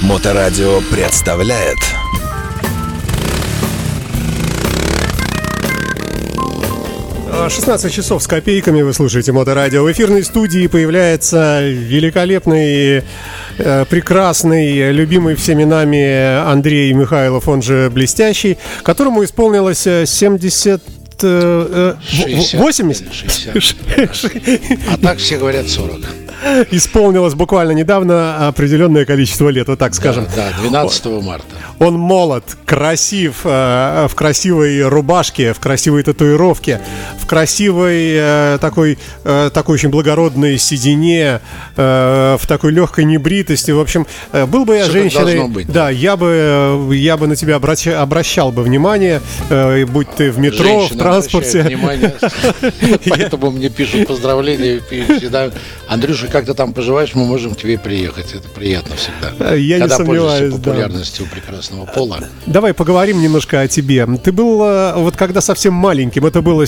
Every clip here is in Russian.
Моторадио представляет 16 часов с копейками. Вы слушаете Моторадио. В эфирной студии появляется великолепный, прекрасный, любимый всеми нами Андрей Михайлов, он же Блестящий, которому исполнилось 70... 80? 60. А так все говорят 40. Исполнилось буквально недавно определенное количество лет, вот так скажем. Да, 12 марта. Он молод, красив, в красивой рубашке, в красивой татуировке, в красивой такой очень благородной седине, в такой легкой небритости. В общем, был бы я женщиной, быть, да, я бы на тебя обращал бы внимание, будь ты в метро, женщина в транспорте. Внимание, поэтому мне пишут поздравления всегда. Андрюша, как ты там поживаешь, мы можем к тебе приехать. Это приятно всегда. Я не сомневаюсь, популярностью прекрасного пола. Давай поговорим немножко о тебе. Ты был, вот когда совсем маленьким, это было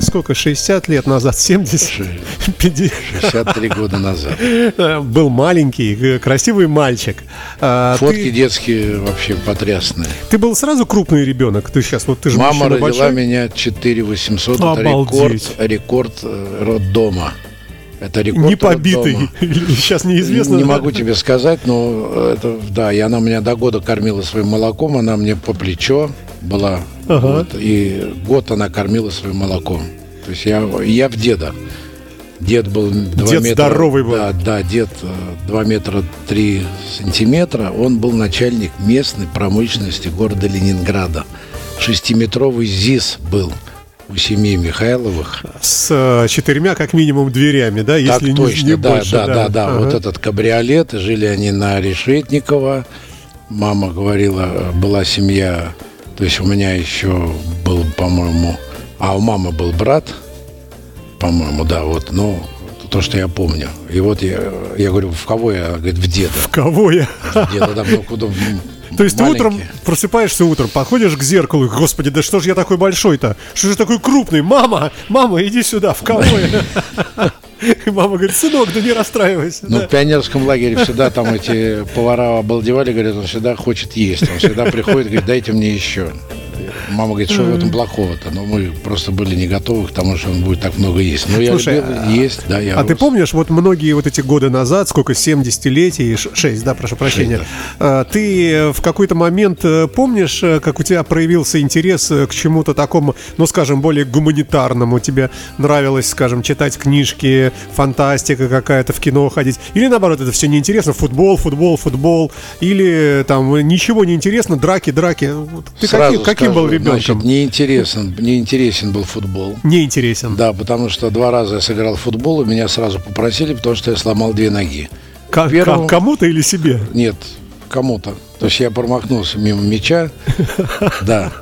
60 лет назад, 70? 50. 63 года назад. Был маленький, красивый мальчик. Фотки детские вообще потрясные. Ты был сразу крупный ребенок? Ты сейчас, вот ты же мама родила большой. Меня 4800, это рекорд роддома. Это рекорд. Не побитый. Сейчас неизвестно. Не могу тебе сказать, но это, да, и она меня до года кормила своим молоком, она мне по плечо была, вот, и год она кормила своим молоком. То есть я в деда. Дед был 2 дед метра. Здоровый был. Да, дед 2 метра 3 сантиметра. Он был начальник местной промышленности города Ленинграда. 6-метровый ЗИС был у семьи Михайловых. С 4 как минимум дверями, да? Если так точно, не больше. Да. Ага. Вот этот кабриолет. Жили они на Решетникова. Мама говорила, была семья. То есть у меня еще был, по-моему... А у мамы был брат. По-моему, да, вот. Ну, то, что я помню. И вот я говорю, в кого я? Говорит, в деда. В кого я? В деда, да, ну, куда... То есть ты утром просыпаешься утром, подходишь к зеркалу, господи, да что же я такой большой-то? Что же такой крупный? Мама, иди сюда, в кого я? И мама говорит, сынок, да не расстраивайся. Ну, в пионерском лагере всегда там эти повара обалдевали, говорят, он всегда хочет есть. Он всегда приходит, говорит, дайте мне еще. Мама говорит, что в этом плохого-то? Но мы просто были не готовы к тому, что он будет так много есть. Но я любил есть, да, я рос. Ты помнишь, вот многие вот эти годы назад, сколько, 70-летий, 6, да, прошу прощения, 6, да. Ты в какой-то момент помнишь, как у тебя проявился интерес к чему-то такому, ну, скажем, более гуманитарному? Тебе нравилось, скажем, читать книжки, фантастика какая-то, в кино ходить? Или наоборот, это все неинтересно, футбол, или там ничего не интересно, драки? Ты каким был ребенком? Значит, неинтересен был футбол. Неинтересен. Да, потому что 2 раза я сыграл в футбол, и меня сразу попросили, потому что я сломал 2 ноги. Кому-то или себе? Нет, кому-то. То есть я промахнулся мимо мяча. Да.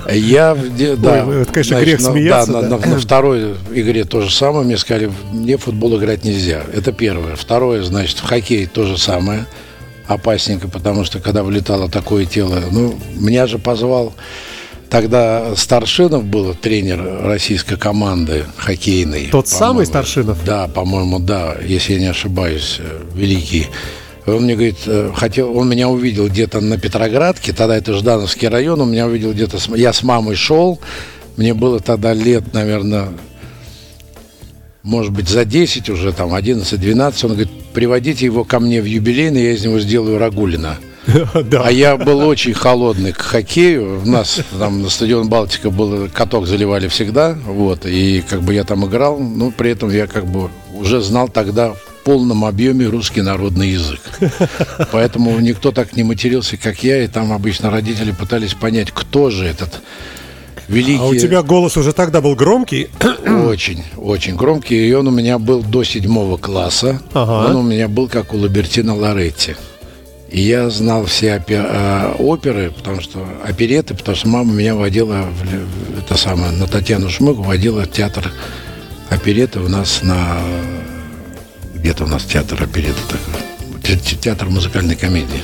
Это, конечно, грех смеяться. На второй игре то же самое. Мне сказали, мне в футбол играть нельзя. Это первое. Второе, значит, в хоккей то же самое. Опасненько, потому что когда вылетало такое тело, меня же позвал тогда Старшинов был тренер российской команды хоккейной. Тот самый Старшинов? Да, по-моему, да, если я не ошибаюсь, великий. Он мне говорит, он меня увидел где-то на Петроградке, тогда это Ждановский район, он меня увидел где-то, я с мамой шел, мне было тогда лет, наверное, может быть, за 10 уже, там, 11-12, он говорит, приводите его ко мне в юбилейный, я из него сделаю Рагулина. Да. А я был очень холодный к хоккею. У нас там на стадион Балтика был, каток заливали всегда, вот, и как бы я там играл, но при этом я как бы уже знал тогда в полном объеме русский народный язык. Поэтому никто так не матерился, как я, и там обычно родители пытались понять, кто же этот великий... А у тебя голос уже тогда был громкий? Очень, очень громкий, и он у меня был до 7 класса. Он у меня был как у Лабертино Лоретти. И я знал все оперы, потому что мама меня водила на Татьяну Шмык, водила в театр опереты у нас где-то у нас театр опереты такой. Театр музыкальной комедии.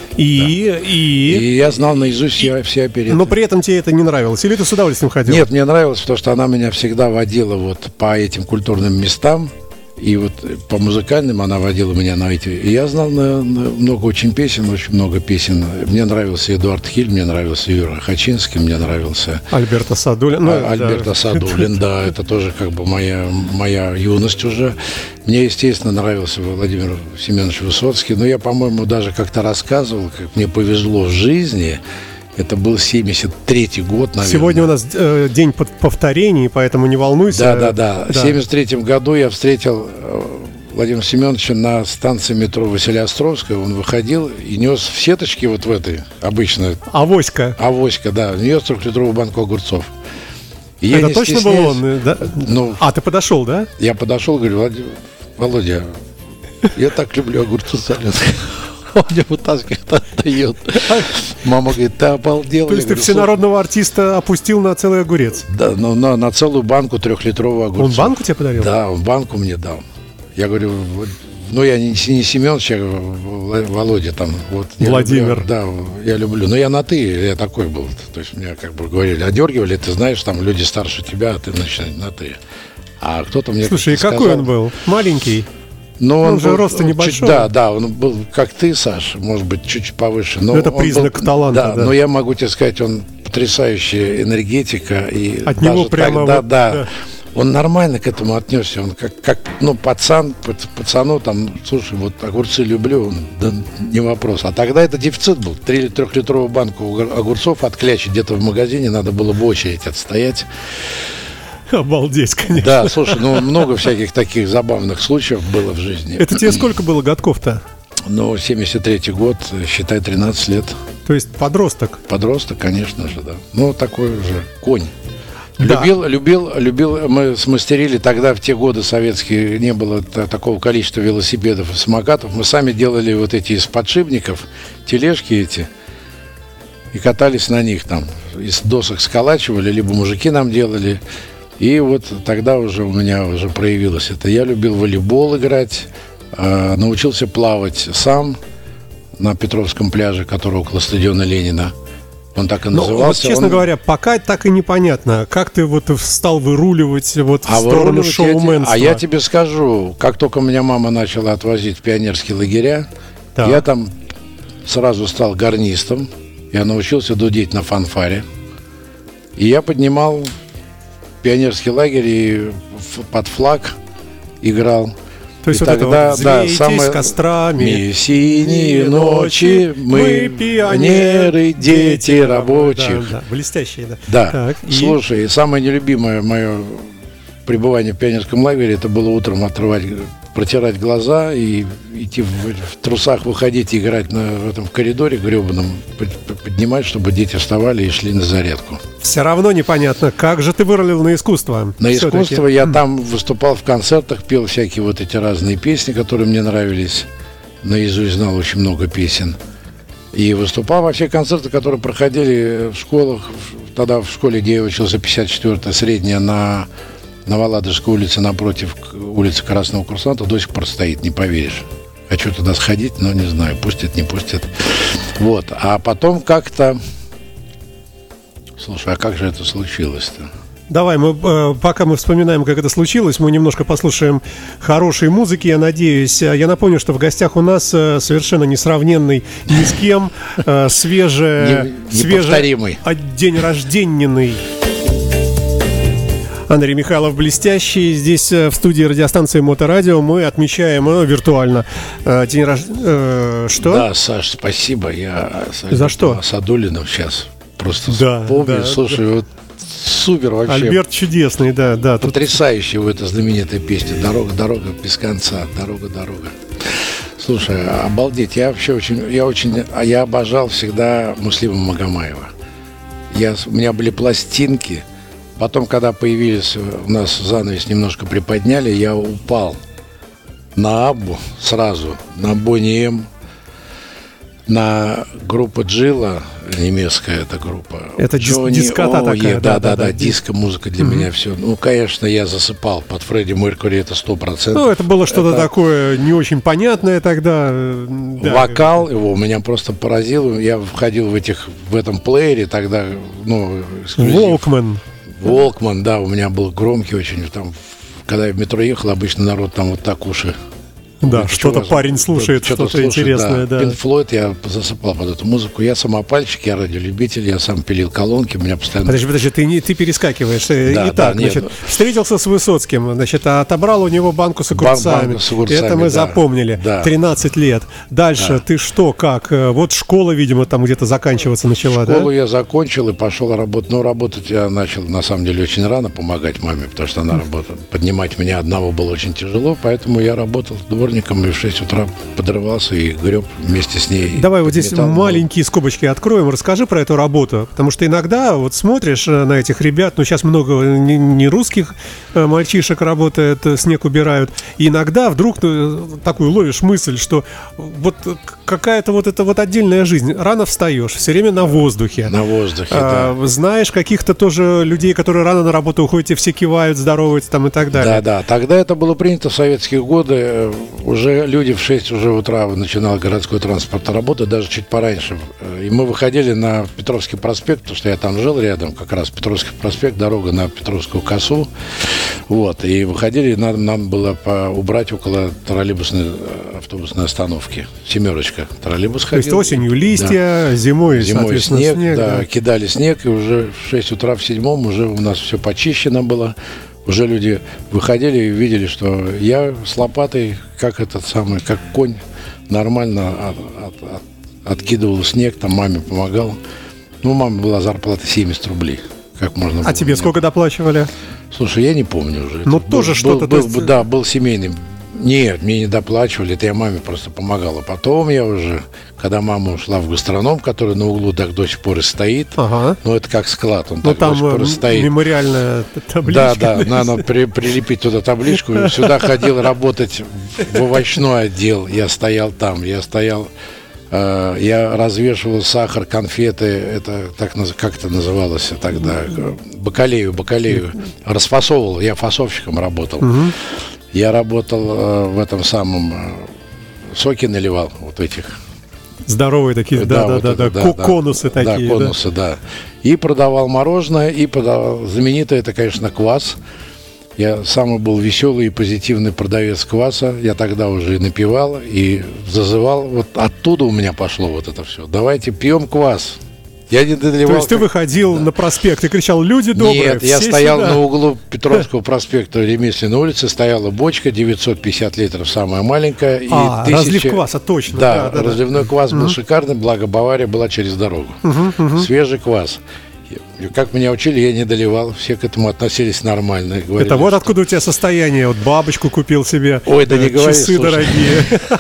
И я знал наизусть все опереты. Но при этом тебе это не нравилось? Или ты с удовольствием ходил? Нет, мне нравилось, потому что она меня всегда водила вот по этим культурным местам. И вот по музыкальным она водила меня на эти. И я знал много очень песен, очень много песен. Мне нравился Эдуард Хиль, мне нравился Юра Хачинский, мне нравился Альберто Садулин. Альберто Садулин, да, это тоже как бы моя юность уже. Мне, естественно, нравился Владимир Семенович Высоцкий. Но я, по-моему, даже как-то рассказывал, как мне повезло в жизни. Это был 73-й год, наверное. Сегодня у нас день повторений, поэтому не волнуйся. Да. В 73-м году я встретил Владимира Семеновича на станции метро Василеостровская. Он выходил и нес в сеточке вот в этой обычной. Авоська, да. Нес 3-литровую банку огурцов. И это точно был он? Да? Ну, ты подошел, да? Я подошел, говорю: Володя, я так люблю огурцы соленые. Он мне вытаскивает, отдает. Мама говорит: ты обалдел. То есть ты всенародного артиста опустил на целый огурец? Да, на целую банку 3-литрового огурца. Он банку тебе подарил? Да, он банку мне дал. Я говорю: я не Семенович, я говорю: Володя там. Вот, Владимир. Я люблю. Но я на ты, я такой был. То есть меня как бы говорили, одергивали, ты знаешь, там люди старше тебя, а ты начинаешь на ты. А кто-то мне... Слушай, и какой он был? Маленький? Но он же был роста небольшой. Да, он был как ты, Саш, может быть, чуть повыше. Но это признак таланта. Да, но я могу тебе сказать, он потрясающая энергетика. И от него прямо... Да. Он нормально к этому отнесся. Он как пацану там, слушай, вот огурцы люблю, да не вопрос. А тогда это дефицит был. 3-литровую банку огурцов отклячить где-то в магазине, надо было в очередь отстоять. Обалдеть, конечно. Да, слушай, много всяких таких забавных случаев было в жизни. Это тебе сколько было годков-то? 73-й год, считай, 13 лет. То есть подросток? Подросток, конечно же, да. Такой уже конь. Да. Любил, мы смастерили тогда, в те годы советские, не было такого количества велосипедов и самокатов. Мы сами делали вот эти из подшипников, тележки эти, и катались на них там. Из досок сколачивали, либо мужики нам делали. И вот тогда уже у меня уже проявилось это. Я любил в волейбол играть, научился плавать сам на Петровском пляже, который около стадиона Ленина. Он так и назывался. Вот, честно говоря, пока так и непонятно, как ты вот стал выруливать в сторону шоуменства. Я тебе скажу, как только меня мама начала отвозить в пионерские лагеря, я там сразу стал гарнистом. Я научился дудеть на фанфаре. И я поднимал пионерский лагерь и под флаг играл. То есть и вот тогда, это вот «Взвейтесь с кострами, синие ночи, мы пионеры, дети рабочих». Да, блестящие, да. Да, так, слушай, самое нелюбимое мое пребывание в пионерском лагере, это было утром протирать глаза и идти в трусах, выходить и играть в этом коридоре гребаном, поднимать, чтобы дети вставали и шли на зарядку. Все равно непонятно, как же ты вырулил на искусство? На искусство я там выступал в концертах, пел всякие вот эти разные песни, которые мне нравились. Наизусть знал очень много песен. И выступал во все концерты, которые проходили в школах. Тогда в школе, где я учился, 54-я средняя, на Ладожской улице, напротив улицы Красного Курсанта, до сих пор стоит, не поверишь. Хочу туда сходить, но не знаю, пустят, не пустят. Вот, а потом как-то... Слушай, а как же это случилось-то? Давай, пока мы вспоминаем, как это случилось, мы немножко послушаем хорошей музыки, я надеюсь. Я напомню, что в гостях у нас совершенно несравненный ни с кем, неповторимый, день рожденный Андрей Михайлов блестящий. Здесь в студии радиостанции Моторадио мы отмечаем виртуально день рождения. Что? Да, Саш, спасибо. Я за что? Садулиным сейчас просто вспомнил. Слушай, вот супер вообще. Альберт чудесный, да. Потрясающий в этой знаменитой песне. Дорога без конца. Дорога. Слушай, обалдеть. Я обожал всегда Муслима Магомаева. У меня были пластинки. Потом, когда появились, у нас занавес немножко приподняли, я упал на Аббу сразу, на Бонни М, на группу Джилла, немецкая эта группа. Это дискота такая. Да, диско-музыка для меня все. Конечно, я засыпал под Фредди Меркьюри, это 100%. Это было что-то такое не очень понятное тогда. Вокал его меня просто поразил. Я входил в этом плеере тогда, Волкман, да, у меня был громкий очень, там когда я в метро ехал, обычно народ там вот так уши. Да, что-то парень слушает, что-то интересное, да. Пинк Флойд, я засыпал под эту музыку. Я самопальщик, я радиолюбитель, я сам пилил колонки, у меня постоянно... Подожди, ты перескакиваешь. Да, Итак, да, значит, встретился с Высоцким, значит, отобрал у него банку с огурцами. Банку с огурцами, это мы запомнили. Да. 13 лет. Дальше ты что, как? Вот школа, видимо, там где-то заканчиваться начала, да? Школу я закончил и пошел работать. Но работать я начал, на самом деле, очень рано помогать маме, потому что она работала. Поднимать меня одного было очень тяжело, поэтому я работал дворником и в 6 утра подрывался и греб вместе с ней. Давай вот здесь маленькие скобочки откроем. Расскажи про эту работу. Потому что иногда вот смотришь на этих ребят, ну сейчас много не русских мальчишек работает, снег убирают. И иногда вдруг такую ловишь мысль, что вот какая-то вот эта вот отдельная жизнь. Рано встаешь, все время на воздухе. На воздухе, да. Знаешь каких-то тоже людей, которые рано на работу уходят, и все кивают, здороваются там и так далее. Да. Тогда это было принято в советские годы. Уже люди в 6 уже утра начинал городской транспорт работать, даже чуть пораньше. И мы выходили на Петровский проспект, потому что я там жил рядом, как раз Петровский проспект, дорога на Петровскую косу. Вот, и выходили, нам было убрать около троллейбусной автобусной остановки. «Семерочка». Троллейбус ходил. То есть осенью листья, да. зимой снег. Да, кидали снег, и уже в 6 утра в 7 уже у нас все почищено было. Уже люди выходили и видели, что я с лопатой, как конь, нормально откидывал снег, там маме помогал. Ну, маме была зарплата 70 рублей. Как можно было. А тебе сколько доплачивали? Слушай, я не помню уже. Ну, тоже что-то... Да, был семейный. Нет, мне не доплачивали, это я маме просто помогала. Потом я уже, когда мама ушла в гастроном, который на углу так до сих пор и стоит, ну это как склад, он так до сих пор и стоит. Мемориальная табличка. Да, надо прилепить туда табличку. Сюда ходил работать в овощной отдел, я стоял там, я развешивал сахар, конфеты, это как это называлось тогда, бакалею, расфасовывал, я фасовщиком работал. Я работал в этом самом, соки наливал, вот этих. Здоровые такие, да. Конусы такие. Да, конусы, да. И продавал мороженое, и продавал, знаменитое, это, конечно, квас. Я самый был веселый и позитивный продавец кваса. Я тогда уже и напевал, и зазывал. Вот оттуда у меня пошло вот это все. Давайте пьем квас. Я не доливал. То есть ты выходил на проспект и кричал: люди добрые. Нет, я стоял на углу Петровского проспекта, Ремесленной улицы, стояла бочка 950 литров, самая маленькая. И разлив кваса, точно. Да, разливной квас был шикарный, благо Бавария была через дорогу. Свежий квас. Как меня учили, я не доливал, все к этому относились нормально. Говорили, это вот откуда у тебя состояние, вот бабочку купил себе. Ой, да не говори, часы дорогие.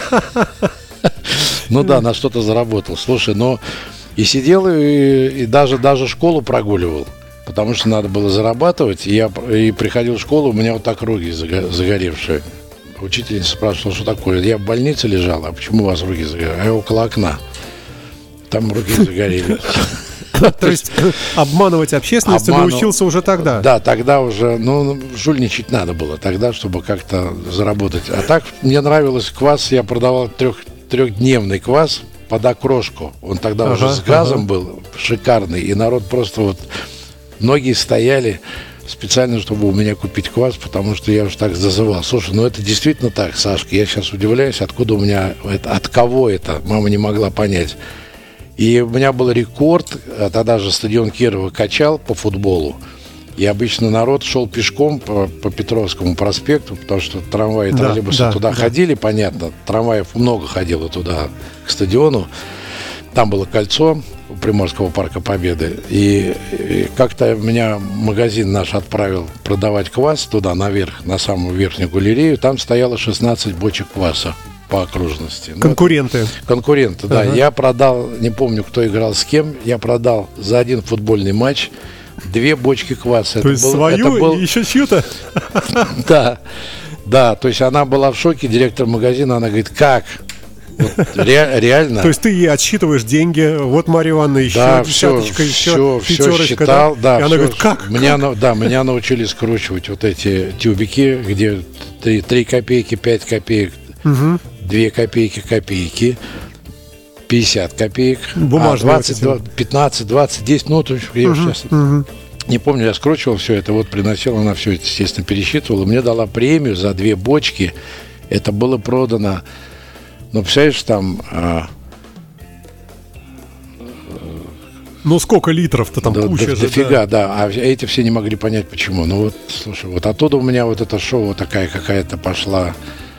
Ну да, на что-то заработал. Слушай, но и сидел, и даже школу прогуливал, потому что надо было зарабатывать. И приходил в школу, у меня вот так руки загоревшие. Учительница спрашивала, что такое. Я в больнице лежал, а почему у вас руки загорели? А я около окна. Там руки загорели. То есть обманывать общественность ты научился уже тогда? Да, тогда уже, жульничать надо было тогда, чтобы как-то заработать. А так мне нравилось квас, я продавал трехдневный квас под окрошку. Он тогда уже с газом был шикарный, и народ просто вот, многие стояли специально, чтобы у меня купить квас, потому что я уж так зазывал. Слушай, это действительно так, Сашка, я сейчас удивляюсь, откуда у меня, от кого это, мама не могла понять. И у меня был рекорд, тогда же стадион Кирова качал по футболу, и обычно народ шел пешком по Петровскому проспекту, потому что трамваи и троллейбусы туда ходили, понятно, трамваев много ходило туда, к стадиону. Там было кольцо у Приморского парка Победы, и как-то меня магазин наш отправил продавать квас туда наверх, на самую верхнюю галерею, там стояло 16 бочек кваса по окружности. Конкуренты. Конкуренты, да. Я продал, не помню, кто играл с кем, я продал за один футбольный матч 2 бочки кваса. То есть свою и еще чью-то? Да, то есть она была в шоке, директор магазина, она говорит, как? Вот, реально. То есть ты ей отсчитываешь деньги, вот Марья Ивановна еще десяточка, еще пятерочка. Считал, да, и она говорит, как? Меня научили скручивать вот эти тюбики, где 3 копейки, 5 копеек, 2 копейки, 50 копеек, бумажные 20, 15, 20, 10, я сейчас Не помню, я скручивал все это, вот приносил, она все это, естественно, пересчитывала. Мне дала премию за 2 бочки. Это было продано, ну, представляешь, там... Ну, сколько литров-то там, куча же. Дофига, да. А эти все не могли понять, почему. Ну, вот, слушай, вот оттуда у меня вот это шоу такая какая-то пошла...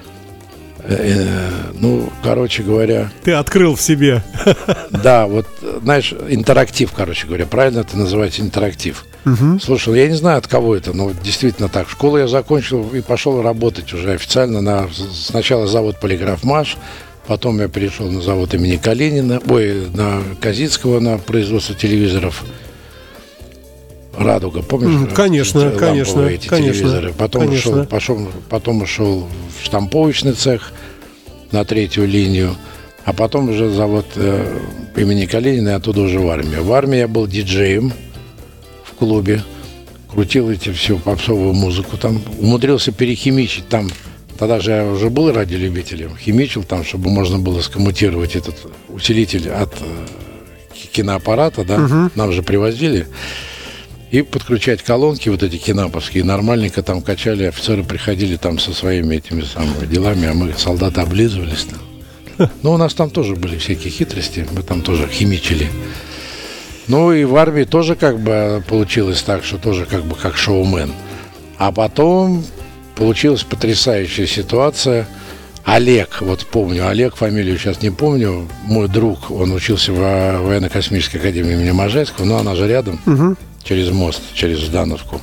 ну, короче говоря... Ты открыл в себе. Да, вот, знаешь, интерактив, короче говоря. Правильно это называется интерактив. Угу. Слушай, я не знаю, от кого это, но действительно так. Школу я закончил и пошел работать уже официально на сначала завод «Полиграфмаш», потом я перешел на завод имени Калинина, на Козицкого, на производство телевизоров. «Радуга», помнишь? Конечно, конечно, эти телевизоры. Потом ушел в штамповочный цех на 3-ю линию, а потом уже завод имени Калинина, и оттуда уже в армию. В армии я был диджеем в клубе, крутил эти всю попсовую музыку, там умудрился перехимичить там. Тогда же я уже был радиолюбителем, химичил там, чтобы можно было скоммутировать этот усилитель от киноаппарата, да, нам же привозили. И подключать колонки, вот эти кинаповские, нормальненько там качали, офицеры приходили там со своими этими самыми делами, а мы, солдаты, облизывались там. Ну, у нас там тоже были всякие хитрости, мы там тоже химичили. Ну, и в армии тоже как бы получилось так, что тоже как бы как шоумен. А потом получилась потрясающая ситуация. Олег, вот помню, Олег, фамилию сейчас не помню, мой друг, он учился в военно-космической академии имени Можайского, но она же рядом. Через мост, через Ждановку.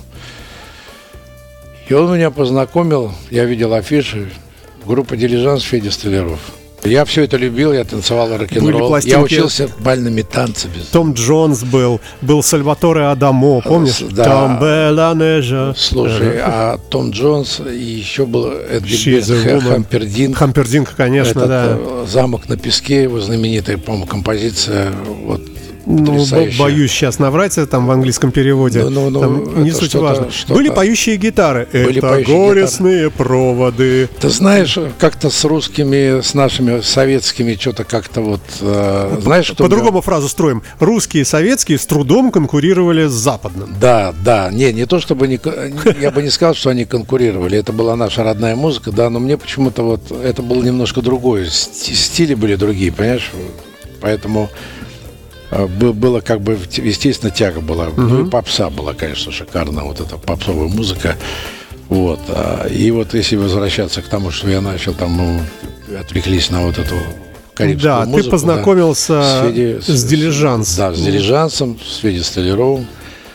И он меня познакомил, я видел афиши, группа «Дилижанс», Федя Столяров. Я все это любил, я танцевал рок-н-ролл. Я учился бальными танцами. Том Джонс был Сальваторе Адамо, помнишь? Да. Там Белла Нежа. Слушай, а Том Джонс, и еще был Хампердинк. Хампердинк, конечно, да. «Замок на песке», его знаменитая, по-моему, композиция, вот. Ну, боюсь сейчас наврать, там в английском переводе. Там не суть важно. Были поющие гитары. Это горестные проводы. Ты знаешь, как-то с русскими, с нашими советскими, что-то как-то вот... знаешь, что по-другому фразу строим. Русские и советские с трудом конкурировали с западным. Да, да. Не то чтобы... Я бы не сказал, что они конкурировали. Это была наша родная музыка, да, но мне почему-то вот... Это было немножко другое. Стили были другие, понимаешь? Поэтому... Было как бы, естественно, тяга была. Ну и попса была, конечно, шикарная, вот эта попсовая музыка. Вот. И вот если возвращаться к тому, что я начал, там мы отвлеклись на вот эту карибскую музыку. Да, ты познакомился с «Дилижансом». Да, с «Дилижансом», с Федей Столяровым.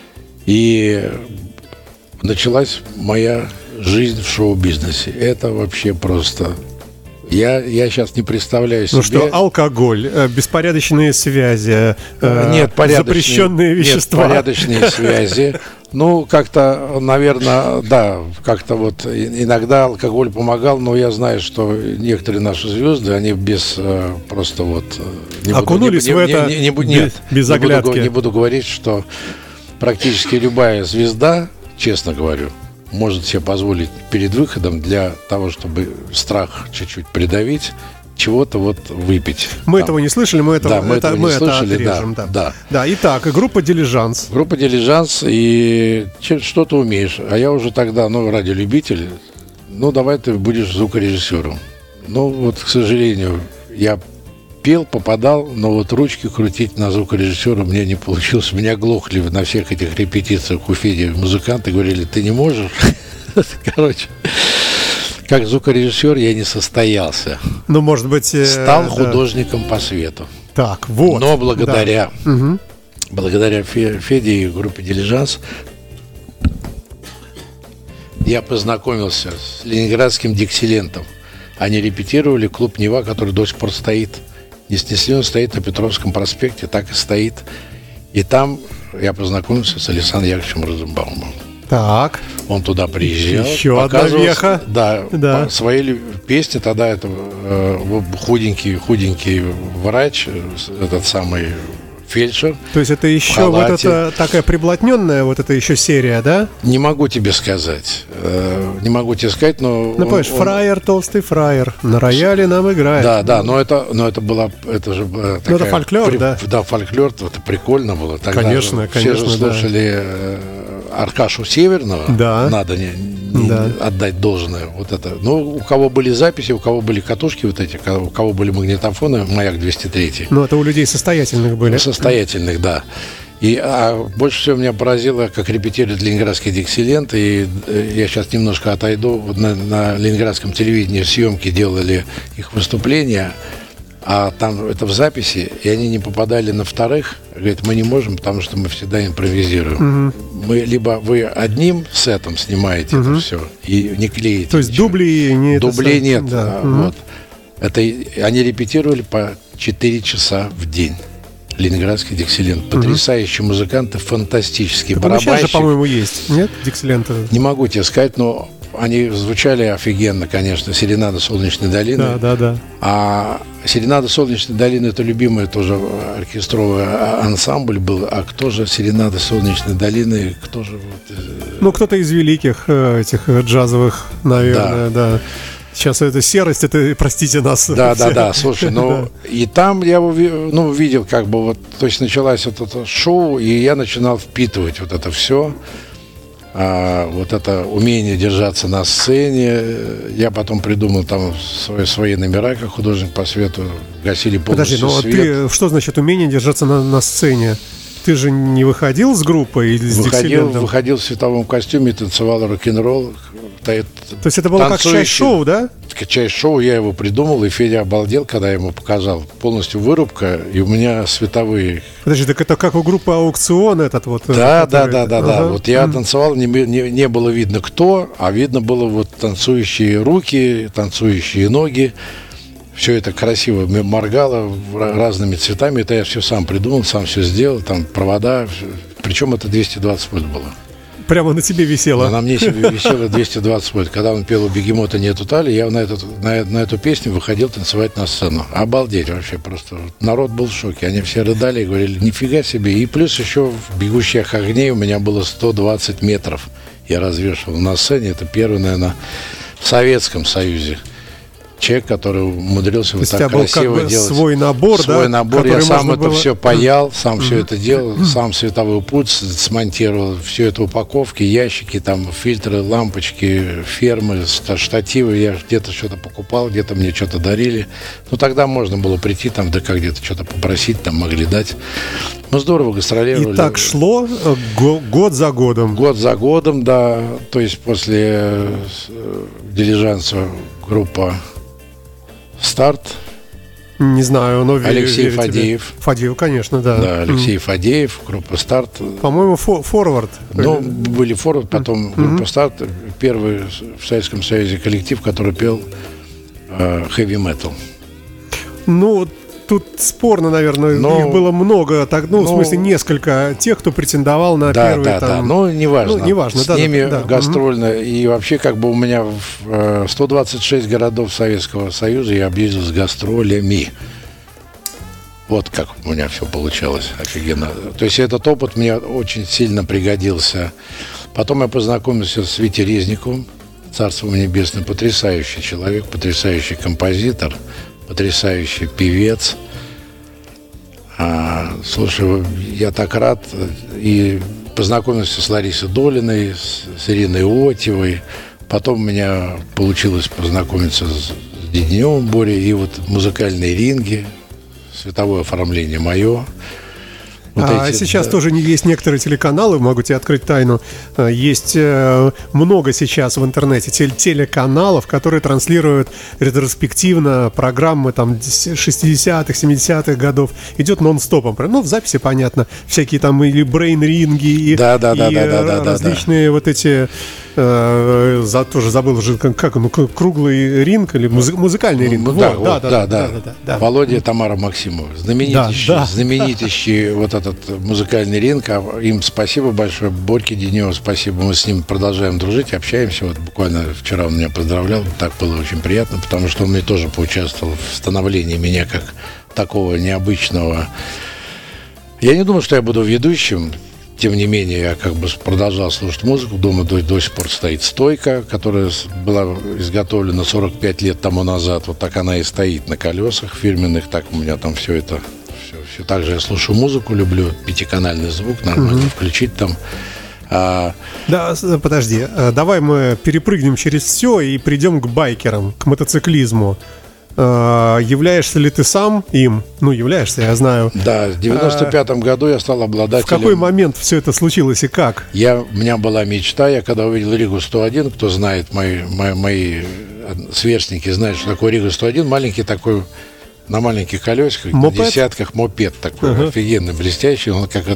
И началась моя жизнь в шоу-бизнесе. Это вообще просто... Я сейчас не представляю себе... Ну что, алкоголь, беспорядочные связи, нет, запрещенные вещества. Нет, порядочные связи. Ну, как-то, наверное, да, как-то вот иногда алкоголь помогал, но я знаю, что некоторые наши звезды, они без просто вот... Окунулись в это без оглядки. Не буду говорить, что практически любая звезда, честно говорю, может себе позволить перед выходом для того, чтобы страх чуть-чуть придавить, чего-то вот выпить. Мы этого не слышали, мы это слышали, отрежем. Да. Итак, группа «Дилижанс». Группа «Дилижанс», и что ты умеешь. А я уже тогда, радиолюбитель, давай ты будешь звукорежиссером. Вот, к сожалению, я пел, попадал, но вот ручки крутить на звукорежиссера мне не получилось. Меня глохли на всех этих репетициях у Феди музыканты, говорили, ты не можешь. Короче, как звукорежиссер я не состоялся. Может быть... Стал художником по свету. Так, вот. Но благодаря Феде и группе «Дилижанс» я познакомился с ленинградским «Диксилентом». Они репетировали клуб «Нева», который до сих пор стоит. Не снесли, он стоит на Петровском проспекте, так и стоит. И там я познакомился с Александром Яковлевичем Розенбаумом. Так. Он туда приезжал. Еще одна веха. Да. Свои песни тогда это худенький врач, этот самый фельдшер. То есть это еще вот это такая приблотненная вот эта еще серия, да? Не могу тебе сказать. Но... понимаешь, фраер, толстый фраер. На рояле нам играет. Да, но это же была такая... это фольклор, да? Да, фольклор, это прикольно было. Тогда конечно. Все же слушали Аркашу Северного, да. надо отдать должное. Вот это. Ну, у кого были записи, у кого были катушки вот эти, у кого были магнитофоны, «Маяк 203». Ну, это у людей состоятельных были. Состоятельных, да. А больше всего меня поразило, как репетирует ленинградский «Диксиленд». И я сейчас немножко отойду. Вот на ленинградском телевидении съемки делали их выступления, а там это в записи, и они не попадали на вторых. Говорят, мы не можем, потому что мы всегда импровизируем. Мы либо вы одним сетом снимаете это все и не клеите. То есть дублей нет. Дублей нет. Да. Вот. Это они репетировали по 4 часа в день. Ленинградский «Диксиленд». Потрясающие музыканты, фантастические барабанщики. Сейчас же, по-моему, есть, нет, «Диксиленд»? Не могу тебе сказать, но они звучали офигенно, конечно. «Серенада Солнечной долины». Да. А «Серенада Солнечной долины» — это любимый тоже оркестровый ансамбль был. А кто же «Серенада Солнечной долины», кто же... Ну, кто-то из великих этих джазовых, наверное, да. Сейчас это серость, это, простите нас. Да, слушай, и там я увидел, как бы вот, то есть началось вот это шоу, и я начинал впитывать вот это все, вот это умение держаться на сцене. Я потом придумал там свои номера, как художник по свету, гасили полностью свет. Подожди, что значит умение держаться на сцене? Ты же не выходил с группой или с «Диксилендом»? Выходил в световом костюме, танцевал рок-н-ролл. То есть это было как часть шоу, да? Часть шоу, я его придумал, и Федя обалдел, когда я ему показал. Полностью вырубка, и у меня световые. Подожди, так это как у группы «Аукцион» этот вот? Да. Вот я танцевал, не было видно кто, а видно было вот танцующие руки, танцующие ноги. Все это красиво моргало разными цветами. Это я все сам придумал, сам все сделал. Там провода. Причем это 220 вольт было. Прямо на тебе висело. На мне висело 220 вольт. Когда он пел «У бегемота нету тали», я на эту песню выходил танцевать на сцену. Обалдеть вообще просто. Народ был в шоке. Они все рыдали и говорили, нифига себе. И плюс еще в «Бегущих огней» у меня было 120 метров. Я развешивал на сцене. Это первый, наверное, в Советском Союзе человек, который умудрился вот так красиво делать. Свой набор, свой набор. Я сам это все паял, сам все это делал, сам световой путь смонтировал, все это упаковки, ящики, там фильтры, лампочки, фермы, штативы. Я где-то что-то покупал, где-то мне что-то дарили. Ну, тогда можно было прийти там в ДК где-то что-то попросить, там могли дать. Ну, здорово гастролировали. И так шло год за годом. Год за годом, да. То есть после «Дилижанса» группа «Старт». Не знаю, но Алексей Фадеев. Фадеев, конечно, да. Да, Алексей Фадеев, группа «Старт». По-моему, «Форвард». Ну, были «Форвард», потом группа «Старт». Первый в Советском Союзе коллектив, который пел хэви-метал. Ну, тут спорно, наверное, их было много, в смысле несколько тех, кто претендовал на первый. Да, но неважно. С ними гастрольно. И вообще, как бы у меня в 126 городов Советского Союза я объездил с гастролями. Вот как у меня все получалось офигенно. То есть этот опыт мне очень сильно пригодился. Потом я познакомился с Витей Резниковым, царство ему небесное, потрясающий человек, потрясающий композитор, потрясающий певец. Слушай, я так рад. И познакомился с Ларисой Долиной, с Ириной Отьевой. Потом у меня получилось познакомиться с Дедневым Борей. И вот музыкальные ринги, световое оформление мое. Сейчас тоже есть некоторые телеканалы, могу тебе открыть тайну. Есть много сейчас в интернете телеканалов, которые транслируют ретроспективно программы там 60-х, 70-х годов. Идет нон-стопом. Ну, в записи, понятно. Всякие там или брейн-ринги, и различные вот эти... тоже забыл уже, как он, круглый ринг или музыкальный ринг. Да. Володя и Тамара Максимова. Знаменитейший вот этот музыкальный ринг. Им спасибо большое. Борьке Дедневу спасибо. Мы с ним продолжаем дружить, общаемся. Вот буквально вчера он меня поздравлял. Так было очень приятно, потому что он мне тоже поучаствовал в становлении меня как такого необычного. Я не думал, что я буду ведущим. Тем не менее, я как бы продолжал слушать музыку. Дома до сих пор стоит стойка, которая была изготовлена 45 лет тому назад. Вот так она и стоит на колесах фирменных. Так у меня там все это... Все так же я слушаю музыку, люблю пятиканальный звук, нормально включить там. Да, подожди, давай мы перепрыгнем через все и придем к байкерам, к мотоциклизму. Являешься ли ты сам им? Ну, являешься, я знаю. Да, в 95-м году я стал обладателем... В какой момент все это случилось и как? У меня была мечта, я когда увидел Ригу-101, кто знает, мои сверстники знают, что такое Рига-101, маленький такой, на маленьких колесиках, на десятках, мопед такой, офигенный, блестящий, он как...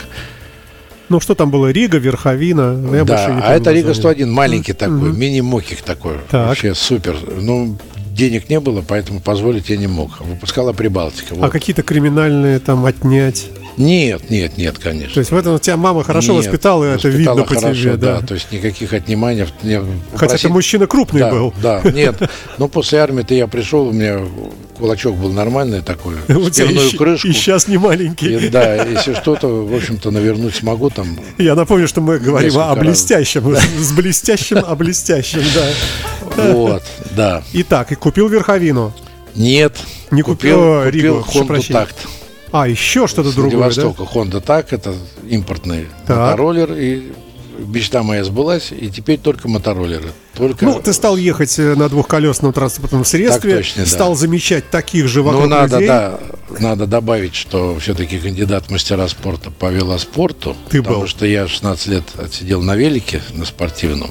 Ну, что там было? Рига, Верховина? Да, это Рига-101, маленький такой, мини-мокик такой, вообще супер. Ну, денег не было, поэтому позволить я не мог. Выпускала Прибалтика. А какие-то криминальные там отнять? Нет, конечно. То есть в этом тебя мама хорошо воспитала, и это видно по тебе, да. То есть никаких отниманий. Хотя ты мужчина крупный был. Да, нет. Но после армии-то я пришел, у меня кулачок был нормальный такой, спиртную крышку. И сейчас не маленький. Да, если что-то, в общем-то, навернуть смогу там. Я напомню, что мы говорим о блестящем, с блестящим о блестящем, да. Вот, да. Итак, и купил Верховину? Нет, не купил Ригу, Honda Tact. Еще что-то другое, Владивостока, да? Honda Tact, это импортный мотороллер, и мечта моя сбылась, и теперь только мотороллеры. Ну, ты стал ехать на двухколесном транспортном средстве, точно, стал замечать таких же вокруг людей. Надо добавить, что все-таки кандидат в мастера спорта по велоспорту, потому что я 16 лет отсидел на велике, на спортивном.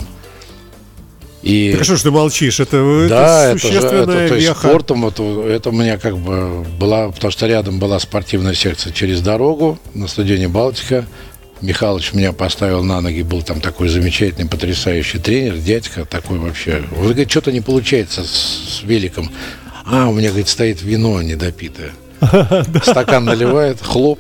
Так что ж ты молчишь? Это существенная то есть веха. Спортом это у меня как бы была, потому что рядом была спортивная секция через дорогу на стадионе «Балтика». Михалыч меня поставил на ноги, был там такой замечательный, потрясающий тренер, дядька такой вообще. Он говорит, что-то не получается с великом. У меня, говорит, стоит вино недопитое. Стакан наливает, хлоп.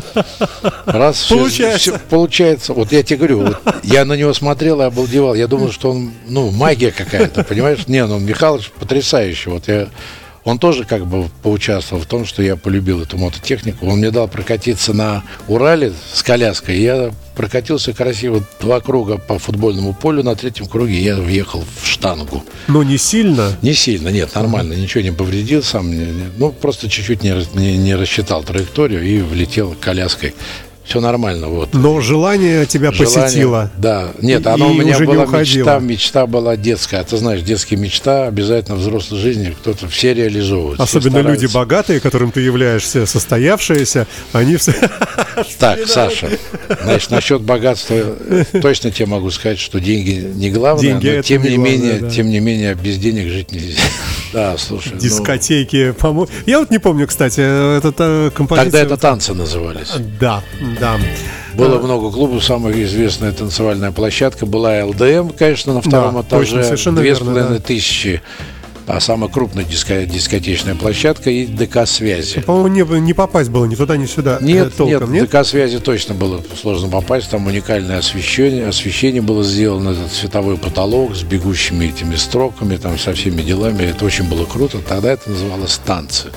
Раз, все получается. Вот я тебе говорю, я на него смотрел и обалдевал. Я думал, что он, магия какая-то, понимаешь? Михалыч потрясающий. Он тоже как бы поучаствовал в том, что я полюбил эту мототехнику. Он мне дал прокатиться на Урале с коляской. Я прокатился красиво 2 круга по футбольному полю. На 3-м круге я въехал в штангу. Но не сильно? Не сильно, нет, нормально. Ничего не повредил сам. Просто чуть-чуть не рассчитал траекторию и влетел коляской. Все нормально, вот. Но желание тебя посетило. Да, нет, оно у меня была мечта была детская. Ты знаешь, детская мечта обязательно в взрослой жизни кто-то все реализовывает. Особенно люди богатые, которым ты являешься, состоявшиеся, они все... Так, Саша, значит, насчет богатства точно тебе могу сказать, что деньги не главное, но тем не менее, без денег жить нельзя. Да, слушай. Дискотеки, по-моему. Я вот не помню, кстати, это композиция. Тогда это танцы назывались. Да. Было много клубов, самая известная танцевальная площадка была ЛДМ, конечно, на 2-м этаже, 2500. А самая крупная дискотечная площадка и ДК «Связи». По-моему, не попасть было ни туда, ни сюда. Нет, ДК «Связи» точно было сложно попасть. Там уникальное освещение было сделано, цветовой потолок с бегущими этими строками, там со всеми делами. Это очень было круто. Тогда это называлось «Танцы».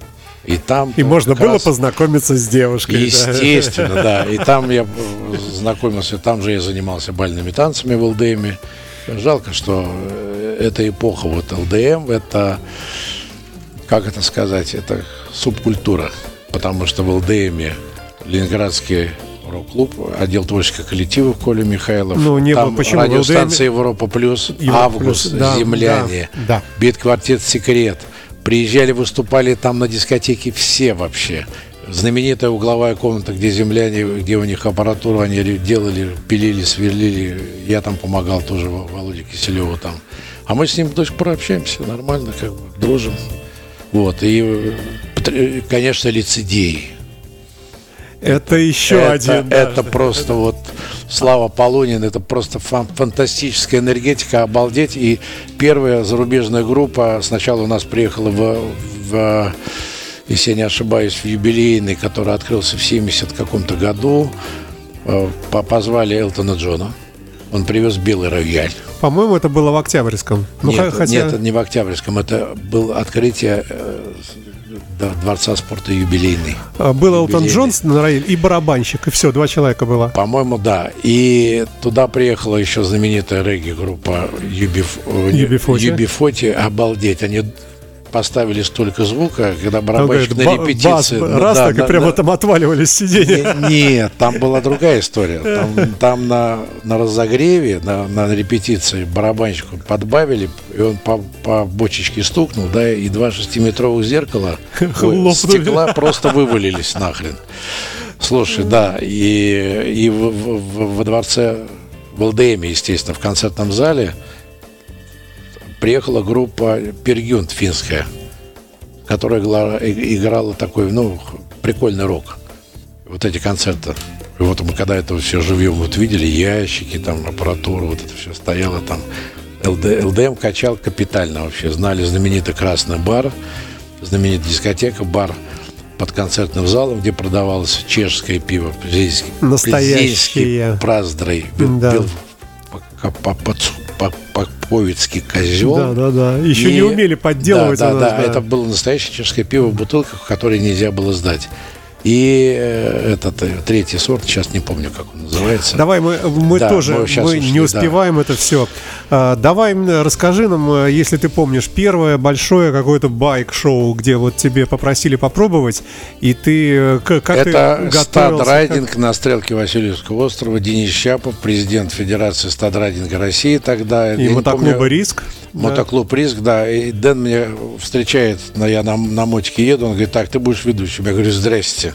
И можно было познакомиться с девушкой. Естественно, да. И там я знакомился, там же я занимался бальными танцами в ЛДМе. Жалко, что эта эпоха, ЛДМ, это, как это сказать, это субкультура. Потому что в ЛДМе Ленинградский рок-клуб, отдел творческих коллективов Коля Михайлов. Там радиостанция Европа Плюс, Август, Земляне, Бит-квартет Секрет. Приезжали, выступали там на дискотеке все вообще. Знаменитая угловая комната, где земляне, где у них аппаратуру они делали, пилили, сверлили. Я там помогал тоже Володе Киселеву там. А мы с ним до сих пор общаемся, нормально, как бы дружим. И, конечно, лицедей. Это еще один. Это просто Слава Полунин, это просто фантастическая энергетика, обалдеть. И первая зарубежная группа сначала у нас приехала если я не ошибаюсь, в юбилейный, который открылся в 70 каком-то году. Позвали Элтона Джона. Он привез белый рояль. По-моему, это было в Октябрьском. Нет, это не в Октябрьском. Это было открытие Дворца спорта юбилейный. Был Элтон Джон на рояле и барабанщик, и все, 2 человека было. По-моему, да. И туда приехала еще знаменитая регги-группа UB40. Обалдеть. Они поставили столько звука, когда барабанщик говорит, на репетиции... раз так и прямо там отваливались сиденья. Нет, там была другая история. Там на разогреве, на репетиции барабанщику подбавили, и он по бочечке стукнул, да, и 2 6-метровых зеркала стекла просто вывалились нахрен. Слушай, да, и во дворце, в ЛДМ, естественно, в концертном зале приехала группа Peer Gynt финская, которая играла такой, прикольный рок. Вот эти концерты. И вот мы когда это все живьем вот видели, ящики, там, аппаратура, вот это все стояло там. ЛДМ качал капитально вообще. Знали знаменитый Красный бар, знаменитая дискотека, бар под концертным залом, где продавалось чешское пиво. Настоящее. Праздрой. Да. Поповицкий козел. Да. Еще не умели подделывать. Да. Это было настоящее чешское пиво в бутылках, которые нельзя было сдать. И этот третий сорт, сейчас не помню, как он называется. Давай, мы не успеваем это все. Давай, расскажи нам, если ты помнишь, первое большое какое-то байк-шоу, где вот тебе попросили попробовать, и ты как это ты стадрайдинг на стрелке Васильевского острова. Денис Щапов, президент Федерации стадрайдинга России тогда. И мотоклуба «Риск». Мотоклуб «Риск», да. И Дэн меня встречает, я на мотике еду, он говорит, так, ты будешь ведущим. Я говорю, здрасте.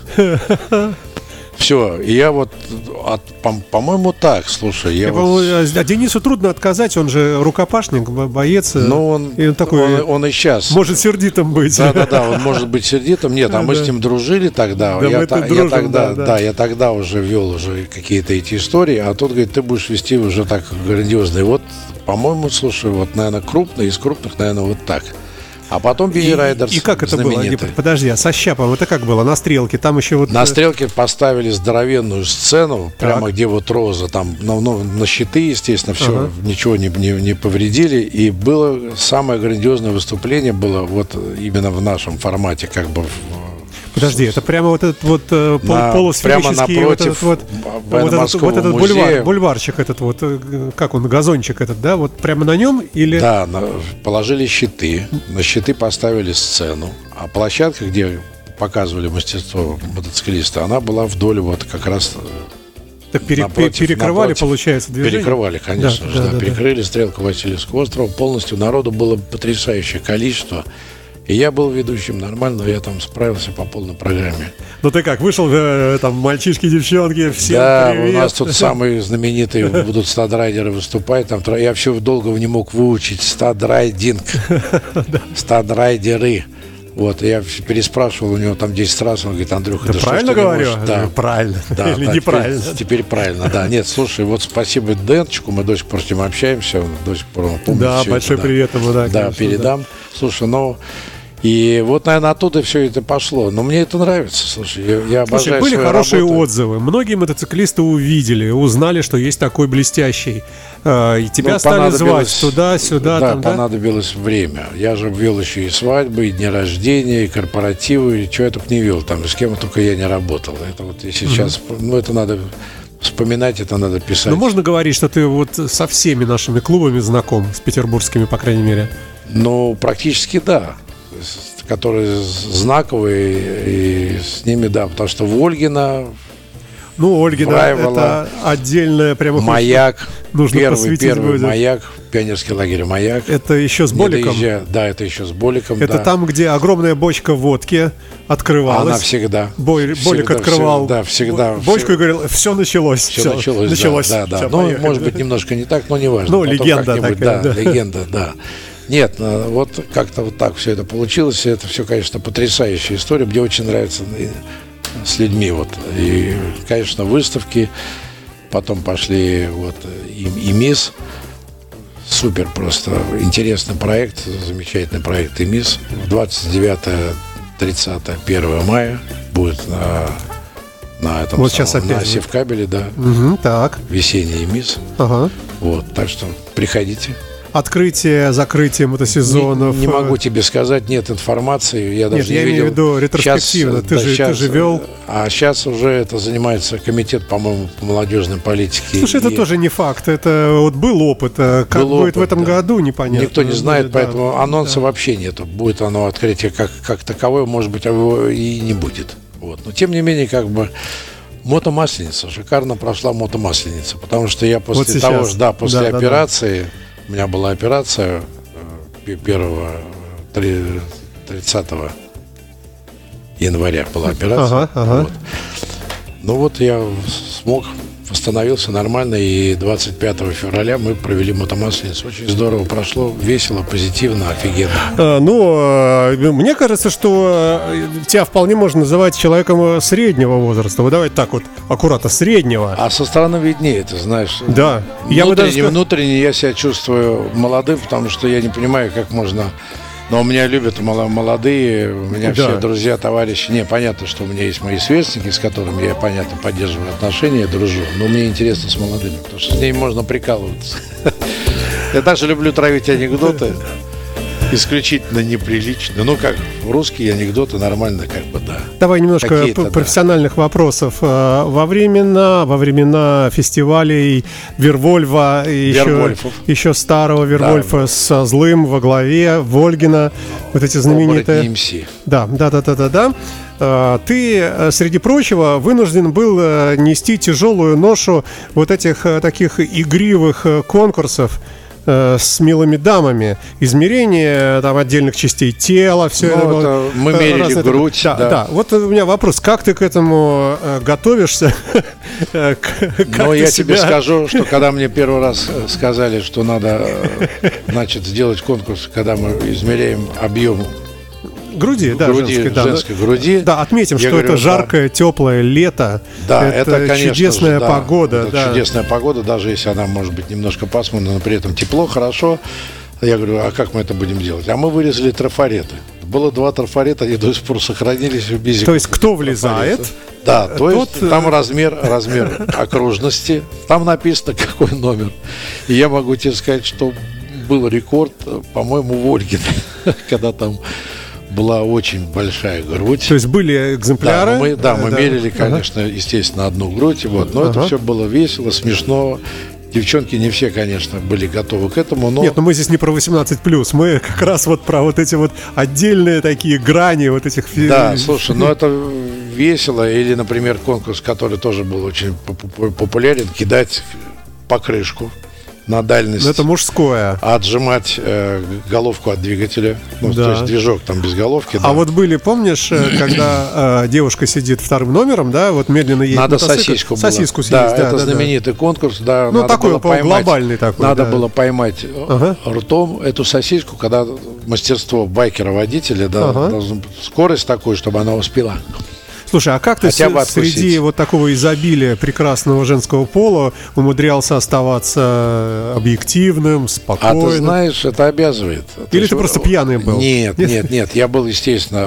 Все, и я вот, по-моему, так, слушай. А Денису трудно отказать, он же рукопашник, боец. Ну, он и сейчас. Может сердитым быть. Да, он может быть сердитым. Нет, мы с ним дружили тогда. Я тогда уже вел уже какие-то эти истории, а тот говорит, ты будешь вести уже так грандиозно. И вот, по-моему, слушай, вот, наверное, крупный, из крупных, наверное, вот так. А потом Билли Райдерс. И как это было? Подожди, а со Щапом это как было? На стрелке? Там еще вот... На стрелке поставили здоровенную сцену, прямо где вот роза, там на щиты, естественно, все, ничего не повредили. И было самое грандиозное выступление, было вот именно в нашем формате, как бы... Подожди, это прямо вот этот вот полусферический прямо напротив вот этот бульварчик этот вот, как он, газончик этот, да, вот прямо на нем или... Да, положили щиты, на щиты поставили сцену, а площадка, где показывали мастерство мотоциклиста, она была вдоль вот как раз... Так перекрывали, получается, движение? Перекрывали, конечно же, да. Перекрыли стрелку Васильевского острова полностью, народу было потрясающее количество. И я был ведущим нормально, я там справился по полной программе. Ну ты как, вышел, там, мальчишки, девчонки, всем да, привет. У нас тут самые знаменитые будут стадрайдеры выступать. Там, я вообще долго не мог выучить стадрайдинг, стадрайдеры. Вот, я переспрашивал у него там 10 раз, он говорит, Андрюха, ты правильно говорю? Да, правильно. Да, или неправильно? Теперь правильно, да. Нет, слушай, вот спасибо Дэнчику, мы до сих пор с ним общаемся, он до сих пор помнит. Да, большой привет ему, да. Да, передам. Слушай, и вот, наверное, оттуда все это пошло. Но мне это нравится, слушай, я обожаю. Были хорошие работу. отзывы. Многие мотоциклисты увидели, узнали, что есть такой блестящий. И тебя стали звать туда-сюда. Да, там, понадобилось время. Я же вел еще и свадьбы, и дни рождения, и корпоративы, и чего я только не вел. Там с кем только я не работал. Это вот и сейчас, это надо вспоминать, это надо писать. Ну, можно говорить, что ты вот со всеми нашими клубами знаком, с петербургскими, по крайней мере? Ну, практически да. Которые знаковые, и с ними, да, потому что Ольгина, это отдельная прямо... Маяк, нужно первый Маяк, пионерский лагерь Маяк. Это еще с Боликом? Да, это еще с Боликом. Это там, где огромная бочка водки открывалась. Она всегда. Болик открывал всегда. Бочку и говорил, все началось. Все началось. Да. Ну, может быть, немножко не так, но не важно. Ну, легенда такая. Да, легенда, да. Нет, вот как-то вот так все это получилось. Это все, конечно, потрясающая история. Мне очень нравится с людьми. Вот. И, конечно, выставки. Потом пошли вот и МИС. Супер просто. Интересный проект. Замечательный проект и МИС. 29-30-1 мая будет на этом вот сейчас опять на Севкабеле, да. Так. Весенний МИС. Ага. Вот, так что приходите. открытие, закрытие мотосезонов? Не могу тебе сказать, нет информации. Я даже я не видел. имею в виду ретроспективно. Ты же вел. А сейчас уже это занимается комитет, по-моему, по молодежной политике. Слушай, это тоже не факт. Это вот был опыт. Как будет в этом году, непонятно. Никто не знает, поэтому анонса вообще нету. Будет оно открытие как таковое, может быть, его и не будет. Вот. Но тем не менее, как бы мотомасленица, шикарно прошла мотомасленица, потому что я после того, после операции, у меня была операция 30 января была операция. Вот. Ну вот я смог, восстановился нормально, и 25 февраля мы провели мотомасленицу. Очень здорово прошло, весело, позитивно, офигенно. Мне кажется, что тебя вполне можно называть человеком среднего возраста. Вот давайте так вот, аккуратно, среднего. А со стороны виднее, ты знаешь. Да. Внутренне я себя чувствую молодым, потому что я не понимаю, как можно... Но меня любят молодые, у меня все друзья, товарищи. Не, понятно, что у меня есть мои сверстники, с которыми я, понятно, поддерживаю отношения, дружу. Но мне интересно с молодыми, потому что с ними можно прикалываться. Я даже люблю травить анекдоты. Исключительно неприлично. Ну, как русские анекдоты нормально, как бы, да. Давай немножко профессиональных вопросов. Во времена фестивалей Вервольфа, еще старого Вервольфа со Злым во главе, Вольгина, вот эти знаменитые... Да. Ты, среди прочего, вынужден был нести тяжелую ношу вот этих таких игривых конкурсов с милыми дамами, измерение там отдельных частей тела, все это. Мы мерили грудь. Да. Вот у меня вопрос: как ты к этому готовишься? Ну, я тебе скажу, что когда мне первый раз сказали, что надо, значит, сделать конкурс, когда мы измеряем объем груди, женской груди. Да, отметим, что это жаркое, теплое лето. Да, это конечно, чудесная погода. Чудесная погода, даже если она может быть немножко пасмурная, но при этом тепло, хорошо. Я говорю, а как мы это будем делать? А мы вырезали трафареты. Было 2 трафарета, они до сих пор сохранились в Безике. То есть кто влезает? Да, то есть там размер окружности, там написано, какой номер. И я могу тебе сказать, что был рекорд, по-моему, в Ольге, когда там была очень большая грудь. То есть были экземпляры? Мы мерили, конечно, естественно, одну грудь. Вот. Но это все было весело, смешно. Девчонки не все, конечно, были готовы к этому, но... Нет, но мы здесь не про 18+, мы как раз вот про вот эти вот отдельные такие грани вот этих... Да, слушай, ну это весело. Или, например, конкурс, который тоже был очень популярен, кидать покрышку на дальность. Это мужское. Отжимать головку от двигателя. Ну, то есть движок там без головки. А вот были, помнишь, когда девушка сидит вторым номером, да, вот медленно едет. Надо сосиску съесть. Да, это знаменитый конкурс. Да, ну, такой глобальный такой. Надо было поймать ртом эту сосиску, когда мастерство байкера-водителя, скорость такую, чтобы она успела. Слушай, а как ты среди вот такого изобилия прекрасного женского пола умудрялся оставаться объективным, спокойным? А ты знаешь, это обязывает. Или ты просто пьяный был? Нет. Я был, естественно,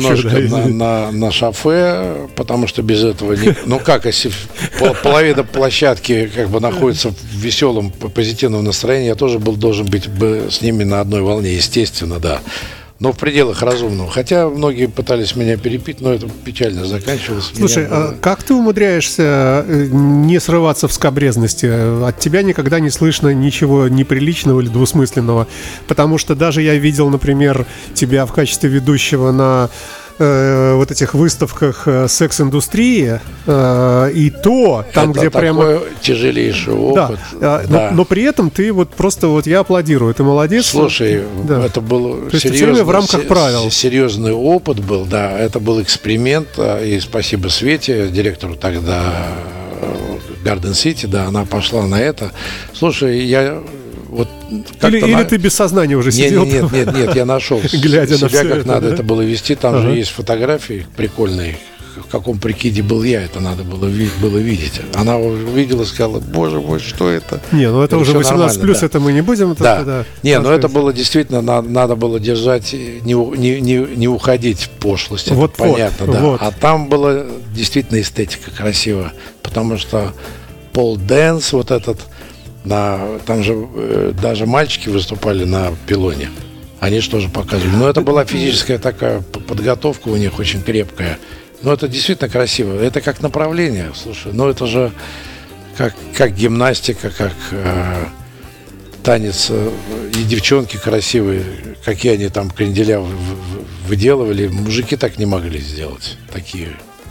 немножко на шофе, потому что без этого не... Ну как, если половина площадки как бы находится в веселом, позитивном настроении, я тоже должен быть с ними на одной волне, естественно, да. Но в пределах разумного. Хотя многие пытались меня перепить, но это печально заканчивалось. Слушай, а как ты умудряешься не срываться в скабрезности? От тебя никогда не слышно ничего неприличного или двусмысленного. Потому что даже я видел, например, тебя в качестве ведущего на вот этих выставках секс-индустрии, и то, там, это где прямо... тяжелейший опыт. Да. Но при этом ты вот просто вот я аплодирую, ты молодец. Слушай, это был серьезный, в рамках правил. Серьезный опыт был, да, это был эксперимент, и спасибо Свете, директору тогда Garden City, да, она пошла на это. Слушай, я... Вот или ты без сознания уже сидел? Нет, я нашел глядя себя, на все как это, надо это было вести. Там же есть фотографии прикольные. В каком прикиде был я, это надо было видеть. Она увидела, сказала, боже мой, что это? Не, ну это уже 18+, это мы не будем. Да. Не, ну это было действительно, надо было держать, не уходить в пошлость, это понятно, да. Вот. А там была действительно эстетика красивая, потому что пол-дэнс вот этот, Там же даже мальчики выступали на пилоне. Они же тоже показывали. Но это была физическая такая подготовка у них очень крепкая. Но это действительно красиво. Это как направление, слушай. Но это же как гимнастика, как танец. И девчонки красивые, какие они там кренделя выделывали. Мужики так не могли сделать. Такие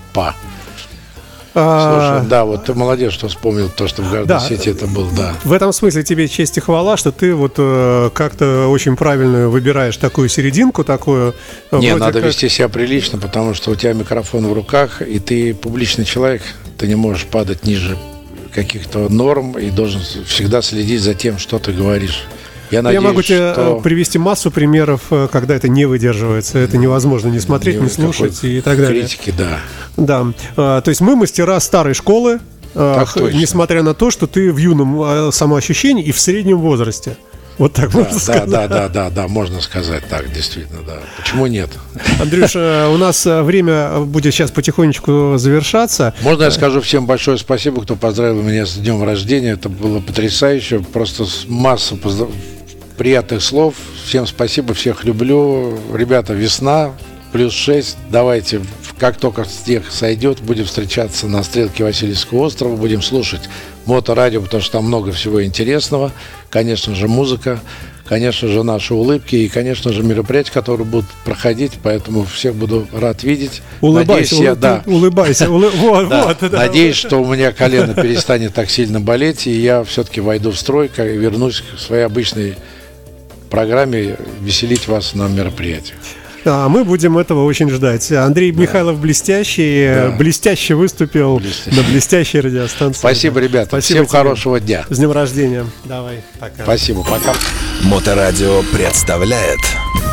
Слушай, да, вот ты молодец, что вспомнил то, что в Гарден-Сити это был, да. В этом смысле тебе честь и хвала, что ты вот как-то очень правильно выбираешь такую серединку, такую. Не, надо вести себя прилично, потому что у тебя микрофон в руках, и ты публичный человек, ты не можешь падать ниже каких-то норм и должен всегда следить за тем, что ты говоришь. Я могу тебе привести массу примеров, когда это не выдерживается, это невозможно не смотреть, не слушать и так далее. Критики, да. Да, то есть мы мастера старой школы, несмотря на то, что ты в юном самоощущении и в среднем возрасте. Вот так можно сказать. Да, можно сказать так, действительно, да. Почему нет? Андрюш, у нас время будет сейчас потихонечку завершаться. Можно я скажу всем большое спасибо, кто поздравил меня с днем рождения. Это было потрясающе, просто масса приятных слов. Всем спасибо, всех люблю. Ребята, весна, +6. Давайте, как только снег сойдет, будем встречаться на стрелке Васильевского острова, будем слушать моторадио, потому что там много всего интересного. Конечно же, музыка, конечно же, наши улыбки и, конечно же, мероприятия, которые будут проходить. Поэтому всех буду рад видеть. Улыбайся, улыбайся. Надеюсь, что у меня колено перестанет так сильно болеть, и я все-таки войду в строй и вернусь к своей обычной программе веселить вас на мероприятии. А мы будем этого очень ждать. Андрей Михайлов блестяще выступил на блестящей радиостанции. Спасибо, ребята. Всем хорошего дня. С днем рождения. Давай, пока. Спасибо, пока. Моторадио представляет